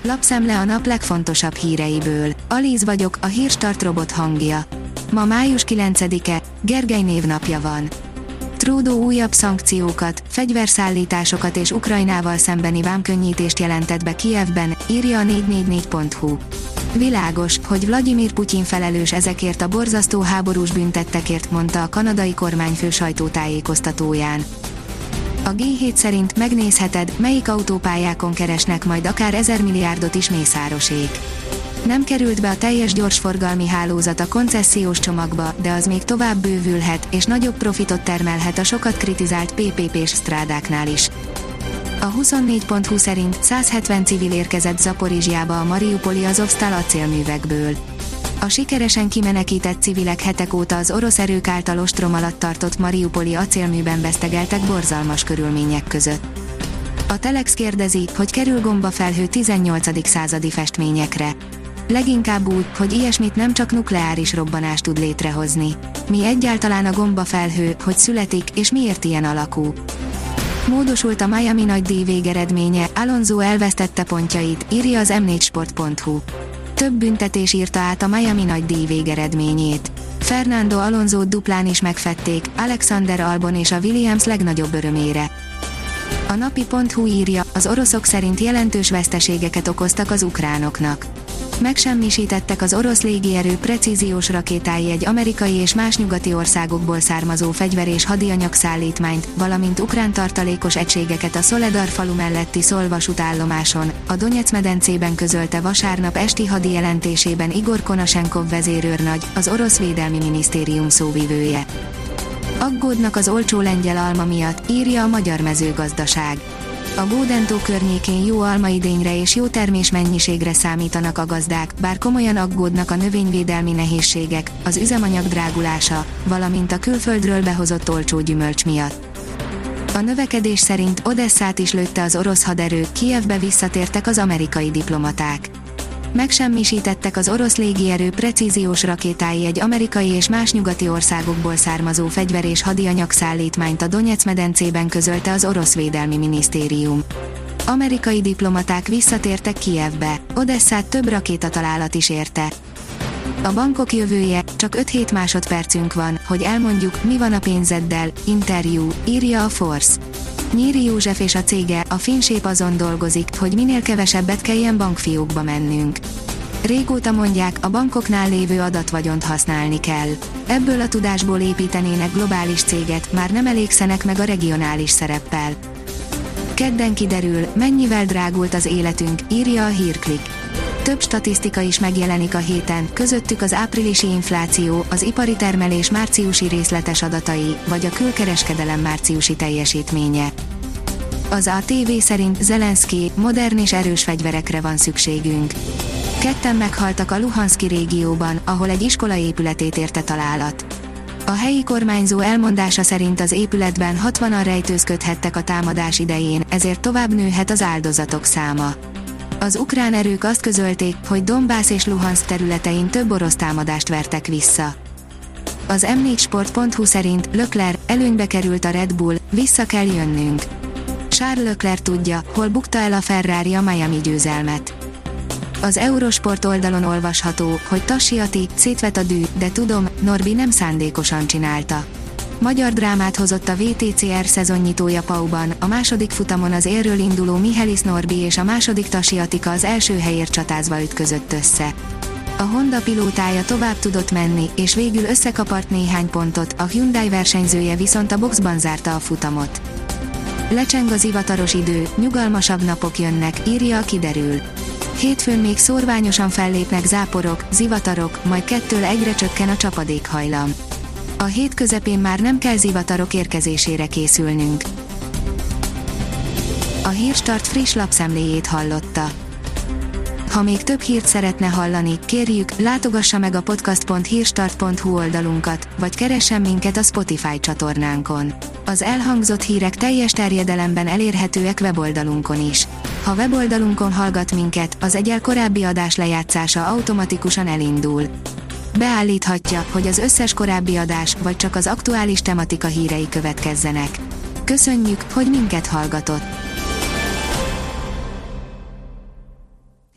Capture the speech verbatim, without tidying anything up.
Lapszemle a nap legfontosabb híreiből. Alíz vagyok, a Hírstart robot hangja. Ma május kilencedike, Gergely névnapja van. Trudeau újabb szankciókat, fegyverszállításokat és Ukrajnával szembeni vámkönnyítést jelentett be Kijevben, írja a négy négy négy pont hu. Világos, hogy Vladimir Putyin felelős ezekért a borzasztó háborús büntettekért, mondta a kanadai kormányfő sajtótájékoztatóján. A gé hét szerint megnézheted, melyik autópályákon keresnek majd akár ezer milliárdot is Mészárosék. Nem került be a teljes gyorsforgalmi hálózat a koncesziós csomagba, de az még tovább bővülhet, és nagyobb profitot termelhet a sokat kritizált pé pé pés sztrádáknál is. A huszonnégy pont hu szerint száz hetven civil érkezett Zaporizsjába a mariupoli Azovsztal acélművekből. A sikeresen kimenekített civilek hetek óta az orosz erők által ostrom alatt tartott mariupoli acélműben vesztegeltek borzalmas körülmények között. A Telex kérdezi, hogy kerül gombafelhő tizennyolcadik századi festményekre. Leginkább úgy, hogy ilyesmit nem csak nukleáris robbanás tud létrehozni. Mi egyáltalán a gombafelhő, hogy születik, és miért ilyen alakú? Módosult a Miami nagydíj végeredménye, Alonso elvesztette pontjait, írja az em négy sport pont hu. Több büntetés írta át a Miami nagydíj végeredményét. Fernando Alonsót duplán is megfették, Alexander Albon és a Williams legnagyobb örömére. A napi pont hu írja, az oroszok szerint jelentős veszteségeket okoztak az ukránoknak. Megsemmisítettek az orosz légierő precíziós rakétái egy amerikai és más nyugati országokból származó fegyver és hadianyag szállítmányt, valamint ukrán tartalékos egységeket a Szoledar falu melletti Szol vasútállomáson, a Donyeck-medencében közölte vasárnap esti hadi jelentésében Igor Konasenkov vezérőrnagy, az orosz védelmi minisztérium szóvivője. Aggódnak az olcsó lengyel alma miatt, írja a Magyar Mezőgazdaság. A Bódentó környékén jó almaidényre és jó termésmennyiségre számítanak a gazdák, bár komolyan aggódnak a növényvédelmi nehézségek, az üzemanyag drágulása, valamint a külföldről behozott olcsó gyümölcs miatt. A növekedés szerint Odesszát is lőtte az orosz haderő, Kijevbe visszatértek az amerikai diplomaták. Megsemmisítettek az orosz légierő precíziós rakétái egy amerikai és más nyugati országokból származó fegyver és hadianyag szállítmányt a Donyeck-medencében közölte az orosz védelmi minisztérium. Amerikai diplomaták visszatértek Kijevbe, Odesszát több rakétatalálat is érte. A bankok jövője, csak öt-hét másodpercünk van, hogy elmondjuk, mi van a pénzeddel, interjú, írja a Force. Nyíri József és a cége, a Finsép azon dolgozik, hogy minél kevesebbet kelljen bankfiókba mennünk. Régóta mondják, a bankoknál lévő adatvagyont használni kell. Ebből a tudásból építenének globális céget, már nem elégszenek meg a regionális szereppel. Kedden kiderül, mennyivel drágult az életünk, írja a Hírklik. Több statisztika is megjelenik a héten, közöttük az áprilisi infláció, az ipari termelés márciusi részletes adatai, vagy a külkereskedelem márciusi teljesítménye. Az á té vé szerint Zelenszky, modern és erős fegyverekre van szükségünk. Ketten meghaltak a Luhanszki régióban, ahol egy iskola épületét érte találat. A helyi kormányzó elmondása szerint az épületben hatvanan rejtőzködhettek a támadás idején, ezért tovább nőhet az áldozatok száma. Az ukrán erők azt közölték, hogy Donbass és Luhanszk területein több orosz támadást vertek vissza. Az em négy sport pont hu szerint Leclerc, előnybe került a Red Bull, vissza kell jönnünk. Charles Leclerc tudja, hol bukta el a Ferrari a Miami győzelmet. Az Eurosport oldalon olvasható, hogy Tassi Ati, szétvet a dű, de tudom, Norbi nem szándékosan csinálta. Magyar drámát hozott a vé té cé er szezonnyitója Pauban, a második futamon az élről induló Mihelis Norbi és a második Tassi Atika az első helyért csatázva ütközött össze. A Honda pilótája tovább tudott menni, és végül összekapart néhány pontot, a Hyundai versenyzője viszont a boxban zárta a futamot. Lecseng az ivataros idő, nyugalmasabb napok jönnek, írja a Kiderül. Hétfőn még szórványosan fellépnek záporok, zivatarok, majd kettől egyre csökken a csapadékhajlam. A hét közepén már nem kell zivatarok érkezésére készülnünk. A Hírstart friss lapszemléjét hallotta. Ha még több hírt szeretne hallani, kérjük, látogassa meg a podcast pont hírstart pont hu oldalunkat, vagy keressen minket a Spotify csatornánkon. Az elhangzott hírek teljes terjedelemben elérhetőek weboldalunkon is. Ha weboldalunkon hallgat minket, az egyel korábbi adás lejátszása automatikusan elindul. Beállíthatja, hogy az összes korábbi adás, vagy csak az aktuális tematika hírei következzenek. Köszönjük, hogy minket hallgatott!